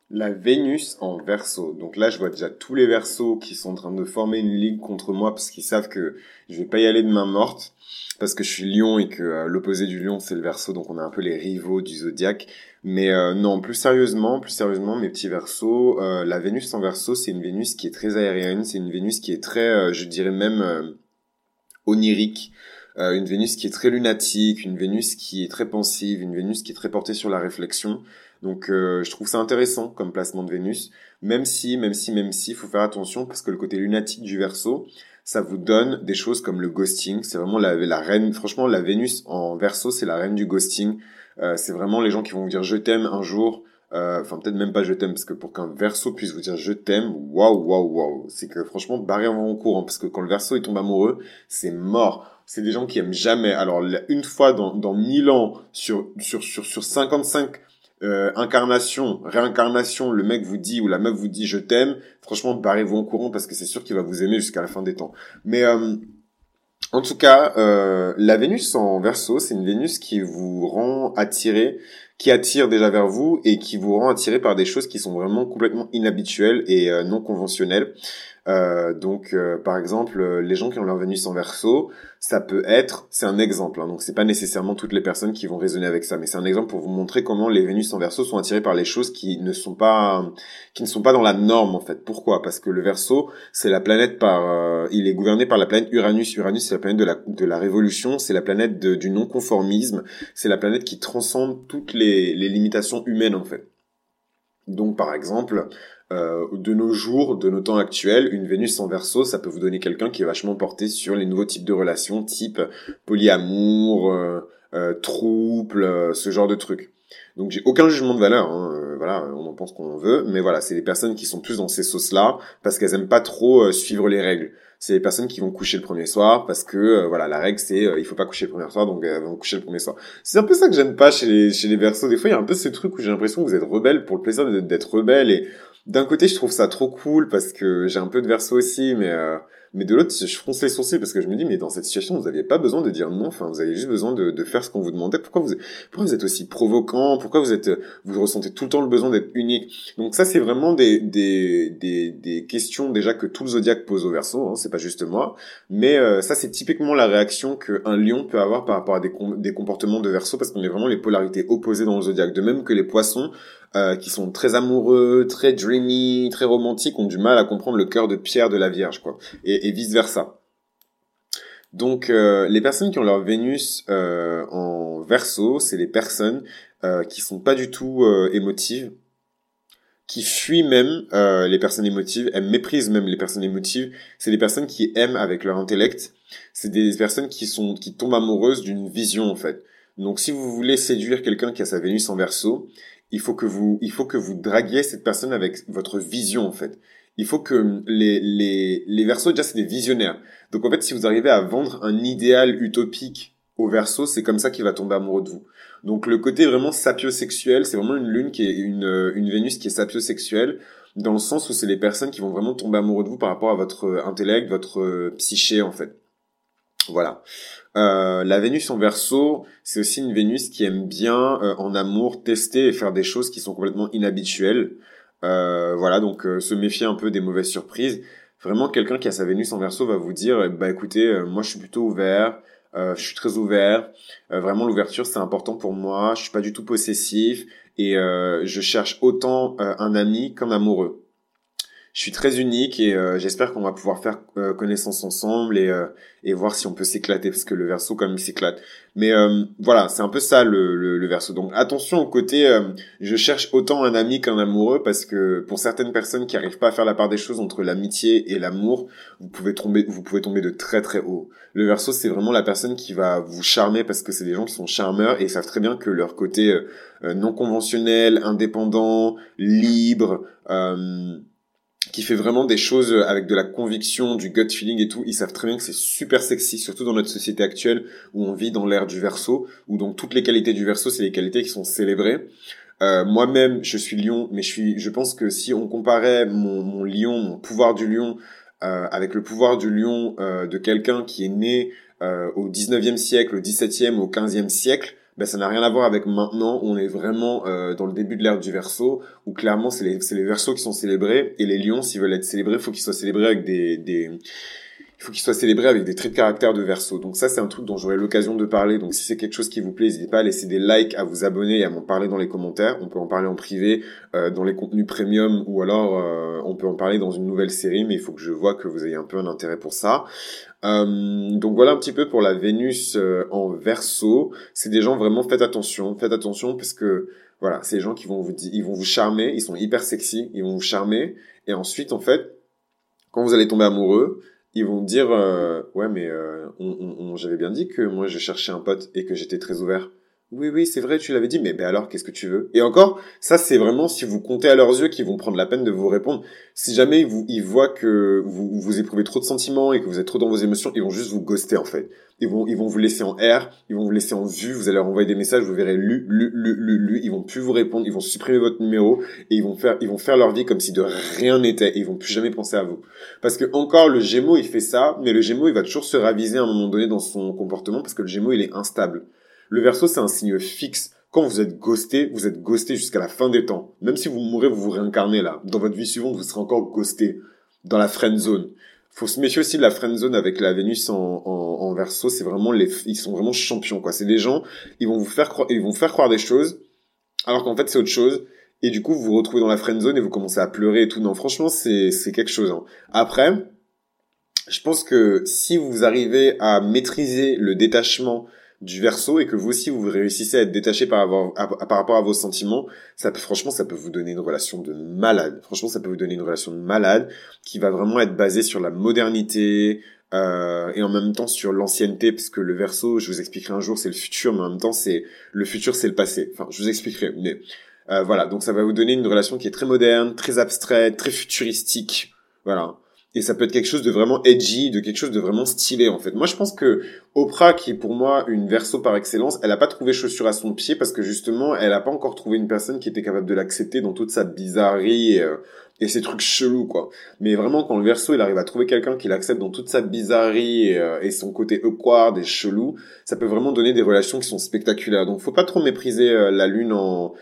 La Vénus en Verseau. Donc là, je vois déjà tous les Verseaux qui sont en train de former une ligue contre moi parce qu'ils savent que je vais pas y aller de main morte parce que je suis Lion et que l'opposé du Lion c'est le Verseau, donc on est un peu les rivaux du zodiaque. Mais non, plus sérieusement, mes petits Verseaux, la Vénus en Verseau, c'est une Vénus qui est très aérienne, c'est une Vénus qui est très, je dirais même onirique. Une Vénus qui est très lunatique, une Vénus qui est très pensive, une Vénus qui est très portée sur la réflexion. Donc je trouve ça intéressant comme placement de Vénus, même si, faut faire attention parce que le côté lunatique du Verseau, ça vous donne des choses comme le ghosting. C'est vraiment la reine, franchement la Vénus en Verseau, c'est la reine du ghosting. C'est vraiment les gens qui vont vous dire je t'aime un jour, enfin peut-être même pas je t'aime parce que pour qu'un Verseau puisse vous dire je t'aime, waouh, c'est que franchement barrez-vous en courant parce que quand le Verseau il tombe amoureux, c'est mort. C'est des gens qui aiment jamais. Alors une fois dans 1000 ans sur 55 incarnations, réincarnations, le mec vous dit ou la meuf vous dit je t'aime, franchement barrez-vous en courant parce que c'est sûr qu'il va vous aimer jusqu'à la fin des temps. Mais en tout cas, la Vénus en Verseau, c'est une Vénus qui vous rend attiré, qui attire déjà vers vous et qui vous rend attiré par des choses qui sont vraiment complètement inhabituelles et non conventionnelles. Donc, par exemple, les gens qui ont leur Vénus en Verseau, ça peut être, c'est un exemple, hein, donc c'est pas nécessairement toutes les personnes qui vont raisonner avec ça, mais c'est un exemple pour vous montrer comment les Vénus en Verseau sont attirées par les choses qui ne sont pas dans la norme en fait. Pourquoi? Parce que le Verseau, c'est la planète il est gouverné par la planète Uranus. Uranus, c'est la planète de la révolution, c'est la planète du non-conformisme, c'est la planète qui transcende toutes les limitations humaines en fait. Donc, par exemple, de nos jours, de nos temps actuels, une Vénus en Verseau, ça peut vous donner quelqu'un qui est vachement porté sur les nouveaux types de relations, type polyamour, trouble, ce genre de trucs. Donc, j'ai aucun jugement de valeur, hein, voilà, on en pense qu'on veut, mais voilà, c'est les personnes qui sont plus dans ces sauces-là parce qu'elles aiment pas trop suivre les règles. C'est les personnes qui vont coucher le premier soir parce que voilà, la règle c'est il faut pas coucher le premier soir, donc elles vont coucher le premier soir. C'est un peu ça que j'aime pas chez les Verseaux. Des fois, il y a un peu ce truc où j'ai l'impression que vous êtes rebelle pour le plaisir d'être rebelle. Et d'un côté, je trouve ça trop cool parce que j'ai un peu de Verseau aussi, mais de l'autre, je fronce les sourcils parce que je me dis, mais dans cette situation, vous aviez pas besoin de dire non. Enfin, vous avez juste besoin de faire ce qu'on vous demandait. Pourquoi vous êtes aussi provoquant? Pourquoi vous ressentez tout le temps le besoin d'être unique? Donc ça, c'est vraiment des questions déjà que tout le zodiaque pose au Verseau. Hein, c'est pas juste moi. Mais ça, c'est typiquement la réaction qu'un lion peut avoir par rapport à des comportements de Verseau, parce qu'on est vraiment les polarités opposées dans le zodiaque. De même que les poissons, qui sont très amoureux, très dreamy, très romantiques, ont du mal à comprendre le cœur de pierre de la Vierge, quoi. Et vice versa. Donc, les personnes qui ont leur Vénus en Verseau, c'est les personnes qui sont pas du tout émotives, qui fuient même les personnes émotives, elles méprisent même les personnes émotives. C'est des personnes qui aiment avec leur intellect. C'est des personnes qui tombent amoureuses d'une vision en fait. Donc si vous voulez séduire quelqu'un qui a sa Vénus en Verseau, il faut que vous draguiez cette personne avec votre vision en fait. Il faut que les Verseaux déjà c'est des visionnaires. Donc en fait si vous arrivez à vendre un idéal utopique au Verseau, c'est comme ça qu'il va tomber amoureux de vous. Donc le côté vraiment sapiosexuel, c'est vraiment une lune qui est une Vénus qui est sapiosexuelle, dans le sens où c'est les personnes qui vont vraiment tomber amoureux de vous par rapport à votre intellect, votre psyché en fait. Voilà. La Vénus en Verseau, c'est aussi une Vénus qui aime bien en amour tester et faire des choses qui sont complètement inhabituelles. Voilà, donc se méfier un peu des mauvaises surprises. Vraiment, quelqu'un qui a sa Vénus en Verseau va vous dire, bah écoutez, moi je suis plutôt ouvert, je suis très ouvert. Vraiment, l'ouverture c'est important pour moi. Je suis pas du tout possessif et je cherche autant un ami qu'un amoureux. Je suis très unique et j'espère qu'on va pouvoir faire connaissance ensemble et voir si on peut s'éclater parce que le Verseau quand même il s'éclate. Mais voilà, c'est un peu ça le Verseau. Donc attention au côté je cherche autant un ami qu'un amoureux parce que pour certaines personnes qui arrivent pas à faire la part des choses entre l'amitié et l'amour, vous pouvez tomber de très très haut. Le Verseau c'est vraiment la personne qui va vous charmer parce que c'est des gens qui sont charmeurs et ils savent très bien que leur côté non conventionnel, indépendant, libre, qui fait vraiment des choses avec de la conviction, du gut feeling et tout, ils savent très bien que c'est super sexy, surtout dans notre société actuelle où on vit dans l'ère du Verseau, où donc toutes les qualités du Verseau, c'est les qualités qui sont célébrées. Moi-même, je suis Lion, mais je pense que si on comparait mon Lion, mon pouvoir du Lion, avec le pouvoir du Lion de quelqu'un qui est né au 19e siècle, au 17e, au 15e siècle, ben ça n'a rien à voir avec maintenant. On est vraiment dans le début de l'ère du Verseau, où clairement c'est les Verseaux qui sont célébrés, et les Lions, s'ils veulent être célébrés, il faut qu'ils soient célébrés avec il faut qu'ils soient célébrés avec des traits de caractère de Verseau. Donc ça, c'est un truc dont j'aurai l'occasion de parler. Donc si c'est quelque chose qui vous plaît, n'hésitez pas à laisser des likes, à vous abonner et à m'en parler dans les commentaires. On peut en parler en privé, dans les contenus premium, ou alors on peut en parler dans une nouvelle série, mais il faut que je vois que vous ayez un peu un intérêt pour ça. Donc voilà un petit peu pour la Vénus en Verseau. C'est des gens, vraiment, faites attention parce que voilà, c'est des gens qui vont ils vont vous charmer, ils sont hyper sexy, ils vont vous charmer, et ensuite en fait, quand vous allez tomber amoureux, ils vont dire ouais mais j'avais bien dit que moi je cherchais un pote et que j'étais très ouvert. Oui, c'est vrai, tu l'avais dit, mais ben alors, qu'est-ce que tu veux? Et encore, ça, c'est vraiment si vous comptez à leurs yeux qu'ils vont prendre la peine de vous répondre. Si jamais ils voient que vous éprouvez trop de sentiments et que vous êtes trop dans vos émotions, ils vont juste vous ghoster, en fait. Ils vont vous laisser en air, ils vont vous laisser en vue, vous allez leur envoyer des messages, vous verrez lu, ils vont plus vous répondre, ils vont supprimer votre numéro, et ils vont faire leur vie comme si de rien n'était, et ils vont plus jamais penser à vous. Parce que encore, le Gémeaux, il fait ça, mais le Gémeaux, il va toujours se raviser à un moment donné dans son comportement, parce que le Gémeaux, il est instable. Le Verseau, c'est un signe fixe. Quand vous êtes ghosté jusqu'à la fin des temps. Même si vous mourrez, vous vous réincarnez là. Dans votre vie suivante, vous serez encore ghosté dans la friend zone. Faut se méfier aussi de la friend zone avec la Vénus en Verseau. C'est vraiment ils sont vraiment champions, quoi. C'est des gens, ils vont vous faire croire des choses, alors qu'en fait, c'est autre chose. Et du coup, vous vous retrouvez dans la friend zone et vous commencez à pleurer et tout. Non, franchement, c'est quelque chose, hein. Après, je pense que si vous arrivez à maîtriser le détachement du Verseau et que vous aussi vous réussissez à être détaché par rapport à vos sentiments, franchement, ça peut vous donner une relation de malade. Franchement, ça peut vous donner une relation de malade qui va vraiment être basée sur la modernité, et en même temps sur l'ancienneté, parce que le Verseau, je vous expliquerai un jour, c'est le futur, mais en même temps, le futur, c'est le passé. Enfin, je vous expliquerai, mais voilà. Donc, ça va vous donner une relation qui est très moderne, très abstraite, très futuristique. Voilà. Et ça peut être quelque chose de vraiment edgy, de quelque chose de vraiment stylé, en fait. Moi, je pense que Oprah, qui est pour moi une Verseau par excellence, elle a pas trouvé chaussure à son pied parce que justement, elle a pas encore trouvé une personne qui était capable de l'accepter dans toute sa bizarrerie et ses trucs chelous, quoi. Mais vraiment, quand le Verseau, il arrive à trouver quelqu'un qui l'accepte dans toute sa bizarrerie et son côté awkward et chelou, ça peut vraiment donner des relations qui sont spectaculaires. Donc, faut pas trop mépriser la Lune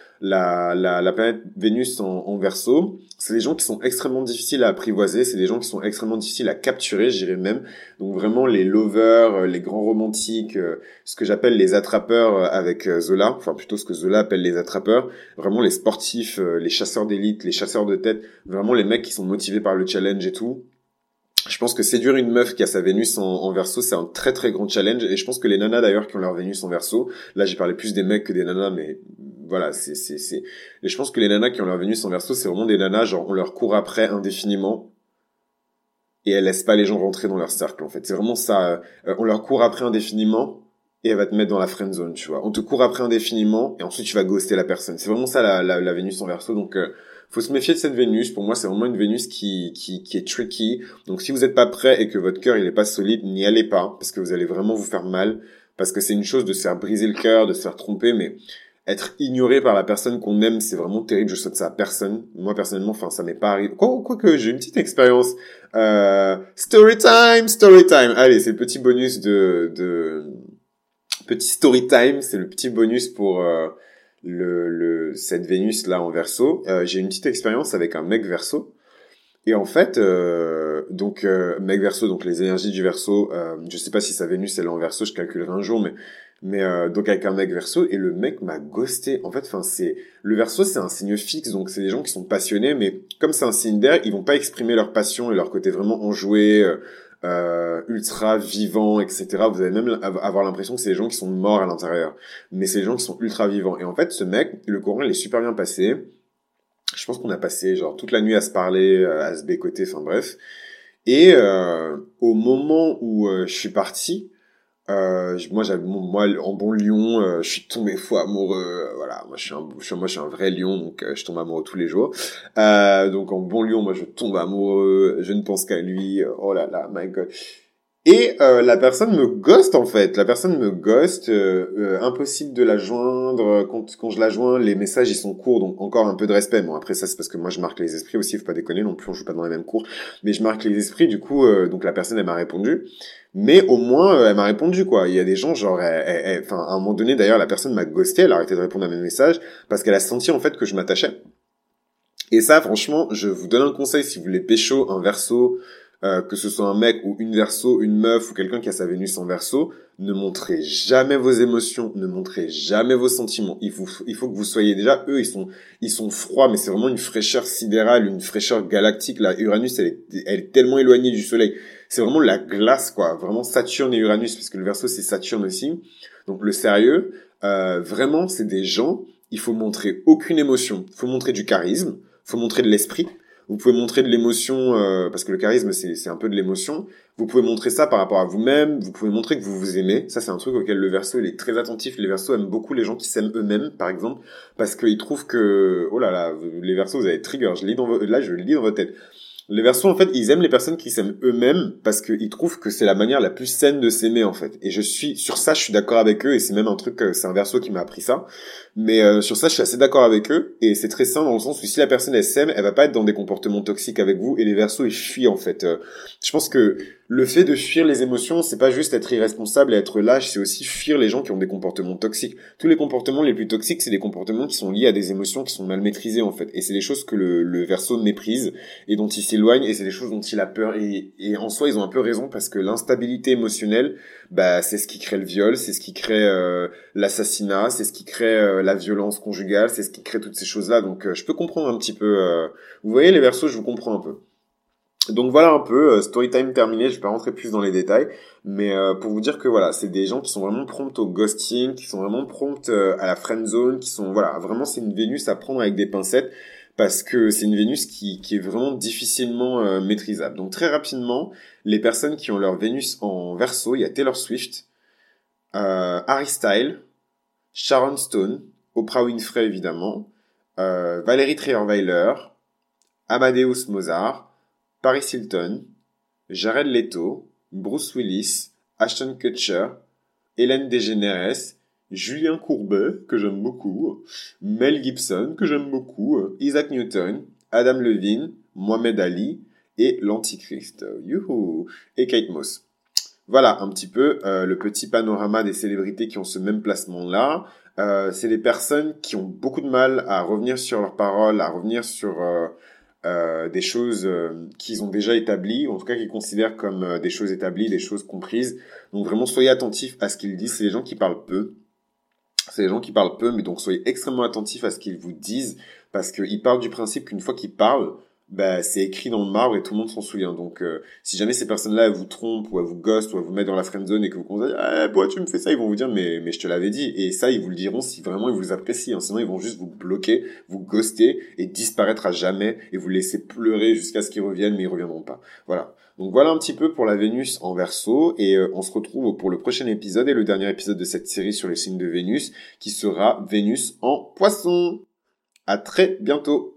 la planète Vénus en Verseau. C'est des gens qui sont extrêmement difficiles à apprivoiser, c'est des gens qui sont extrêmement difficiles à capturer, je dirais même. Donc vraiment les lovers, les grands romantiques, ce que j'appelle les attrapeurs avec Zola, enfin plutôt ce que Zola appelle les attrapeurs, vraiment les sportifs, les chasseurs d'élite, les chasseurs de tête, vraiment les mecs qui sont motivés par le challenge et tout. Je pense que séduire une meuf qui a sa Vénus en Verseau, c'est un très très grand challenge, et je pense que les nanas d'ailleurs qui ont leur Vénus en Verseau, là j'ai parlé plus des mecs que des nanas, mais voilà, et je pense que les nanas qui ont leur Vénus en Verseau, c'est vraiment des nanas, genre on leur court après indéfiniment, et elles laissent pas les gens rentrer dans leur cercle, en fait. C'est vraiment ça, on leur court après indéfiniment, et elle va te mettre dans la friend zone, tu vois. On te court après indéfiniment, et ensuite tu vas ghoster la personne. C'est vraiment ça la Vénus en Verseau, donc faut se méfier de cette Vénus. Pour moi, c'est vraiment une Vénus qui est tricky. Donc, si vous n'êtes pas prêt et que votre cœur il est pas solide, n'y allez pas, parce que vous allez vraiment vous faire mal. Parce que c'est une chose de se faire briser le cœur, de se faire tromper, mais être ignoré par la personne qu'on aime, c'est vraiment terrible. Je souhaite ça à personne. Moi, personnellement, enfin, ça m'est pas arrivé. Quoique, j'ai une petite expérience. Story time. Allez, c'est le petit bonus petit story time. C'est le petit bonus pour cette Vénus là en Verseau. J'ai une petite expérience avec un mec Verseau, et en fait mec Verseau, donc les énergies du Verseau, je sais pas si sa Vénus elle est en Verseau, je calculerai un jour, mais donc avec un mec Verseau, et le mec m'a ghosté. En fait, enfin c'est le Verseau, c'est un signe fixe, donc c'est des gens qui sont passionnés, mais comme c'est un signe d'air, ils vont pas exprimer leur passion et leur côté vraiment enjoué, ultra vivant, etc. Vous allez même avoir l'impression que c'est des gens qui sont morts à l'intérieur, mais c'est des gens qui sont ultra vivants. Et en fait, ce mec, le courant il est super bien passé. Je pense qu'on a passé genre toute la nuit à se parler, à se bécoter, enfin bref. Et au moment où je suis parti, moi en bon lion, je suis tombé fou amoureux. Voilà, moi je suis un vrai lion, donc je tombe amoureux tous les jours. Donc en bon lion, moi je tombe amoureux, je ne pense qu'à lui. Oh là là, my God. Et la personne me ghost en fait. La personne me ghost, impossible de la joindre. Quand je la joins, les messages ils sont courts, donc encore un peu de respect. Bon après ça c'est parce que moi je marque les esprits aussi, faut pas déconner non plus, on joue pas dans les mêmes cours. Mais je marque les esprits, du coup donc la personne elle m'a répondu. Mais au moins elle m'a répondu quoi. Il y a des gens genre, enfin à un moment donné d'ailleurs la personne m'a ghosté, elle a arrêté de répondre à mes messages parce qu'elle a senti en fait que je m'attachais. Et ça franchement, je vous donne un conseil si vous voulez pécho un verso. Que ce soit un mec ou une verso, une meuf ou quelqu'un qui a sa Vénus en verso, ne montrez jamais vos émotions, ne montrez jamais vos sentiments. Il faut que vous soyez déjà, eux, ils sont froids, mais c'est vraiment une fraîcheur sidérale, une fraîcheur galactique. Là, Uranus, elle est tellement éloignée du Soleil. C'est vraiment la glace, quoi. Vraiment Saturne et Uranus, parce que le verso, c'est Saturne aussi. Donc, le sérieux, vraiment, c'est des gens, il faut montrer aucune émotion. Il faut montrer du charisme, il faut montrer de l'esprit. Vous pouvez montrer de l'émotion, parce que le charisme, c'est un peu de l'émotion. Vous pouvez montrer ça par rapport à vous-même. Vous pouvez montrer que vous vous aimez. Ça, c'est un truc auquel le Verseau, il est très attentif. Les Verseaux aiment beaucoup les gens qui s'aiment eux-mêmes, par exemple, parce qu'ils trouvent que, oh là là, les Verseaux, vous avez trigger. Je le lis dans votre tête. Les Verseaux, en fait, ils aiment les personnes qui s'aiment eux-mêmes parce qu'ils trouvent que c'est la manière la plus saine de s'aimer, en fait. Et sur ça, je suis d'accord avec eux et c'est même un truc, c'est un Verseau qui m'a appris ça. Mais sur ça, je suis assez d'accord avec eux et c'est très sain dans le sens où si la personne elle s'aime, elle va pas être dans des comportements toxiques avec vous et les Verseaux ils fuient en fait. Je pense que le fait de fuir les émotions, c'est pas juste être irresponsable et être lâche, c'est aussi fuir les gens qui ont des comportements toxiques. Tous les comportements les plus toxiques, c'est des comportements qui sont liés à des émotions qui sont mal maîtrisées en fait. Et c'est des choses que le Verseau méprise et dont il s'éloigne et c'est des choses dont il a peur et en soi ils ont un peu raison parce que l'instabilité émotionnelle, bah c'est ce qui crée le viol, c'est ce qui crée l'assassinat, c'est ce qui crée la violence conjugale, c'est ce qui crée toutes ces choses-là. Donc je peux comprendre un petit peu. Vous voyez les Verseaux, je vous comprends un peu. Donc voilà un peu, story time terminé, je vais pas rentrer plus dans les détails, mais pour vous dire que voilà, c'est des gens qui sont vraiment prompts au ghosting, qui sont vraiment prompts à la friend zone, qui sont voilà, vraiment c'est une Vénus à prendre avec des pincettes parce que c'est une Vénus qui est vraiment difficilement maîtrisable. Donc très rapidement, les personnes qui ont leur Vénus en Verseau, il y a Taylor Swift, Harry Styles, Sharon Stone, Oprah Winfrey évidemment, Valérie Trierweiler, Amadeus Mozart, Paris Hilton, Jared Leto, Bruce Willis, Ashton Kutcher, Hélène DeGeneres, Julien Courbet, que j'aime beaucoup, Mel Gibson, que j'aime beaucoup, Isaac Newton, Adam Levine, Mohamed Ali et l'Antichrist, youhou, et Kate Moss. Voilà un petit peu le petit panorama des célébrités qui ont ce même placement-là. C'est des personnes qui ont beaucoup de mal à revenir sur leurs paroles, à revenir sur des choses qu'ils ont déjà établies, ou en tout cas qu'ils considèrent comme des choses établies, des choses comprises. Donc vraiment, soyez attentifs à ce qu'ils disent. C'est des gens qui parlent peu. C'est des gens qui parlent peu, mais donc soyez extrêmement attentifs à ce qu'ils vous disent, parce qu'ils partent du principe qu'une fois qu'ils parlent, bah, c'est écrit dans le marbre et tout le monde s'en souvient. Donc, si jamais ces personnes-là, elles vous trompent, ou elles vous ghostent, ou elles vous mettent dans la friend zone et que vous conseillez, pourquoi tu me fais ça? Ils vont vous dire, mais je te l'avais dit. Et ça, ils vous le diront si vraiment ils vous apprécient. Hein. Sinon, ils vont juste vous bloquer, vous ghoster et disparaître à jamais et vous laisser pleurer jusqu'à ce qu'ils reviennent, mais ils reviendront pas. Voilà. Donc voilà un petit peu pour la Vénus en Verseau et on se retrouve pour le prochain épisode et le dernier épisode de cette série sur les signes de Vénus qui sera Vénus en Poisson. À très bientôt.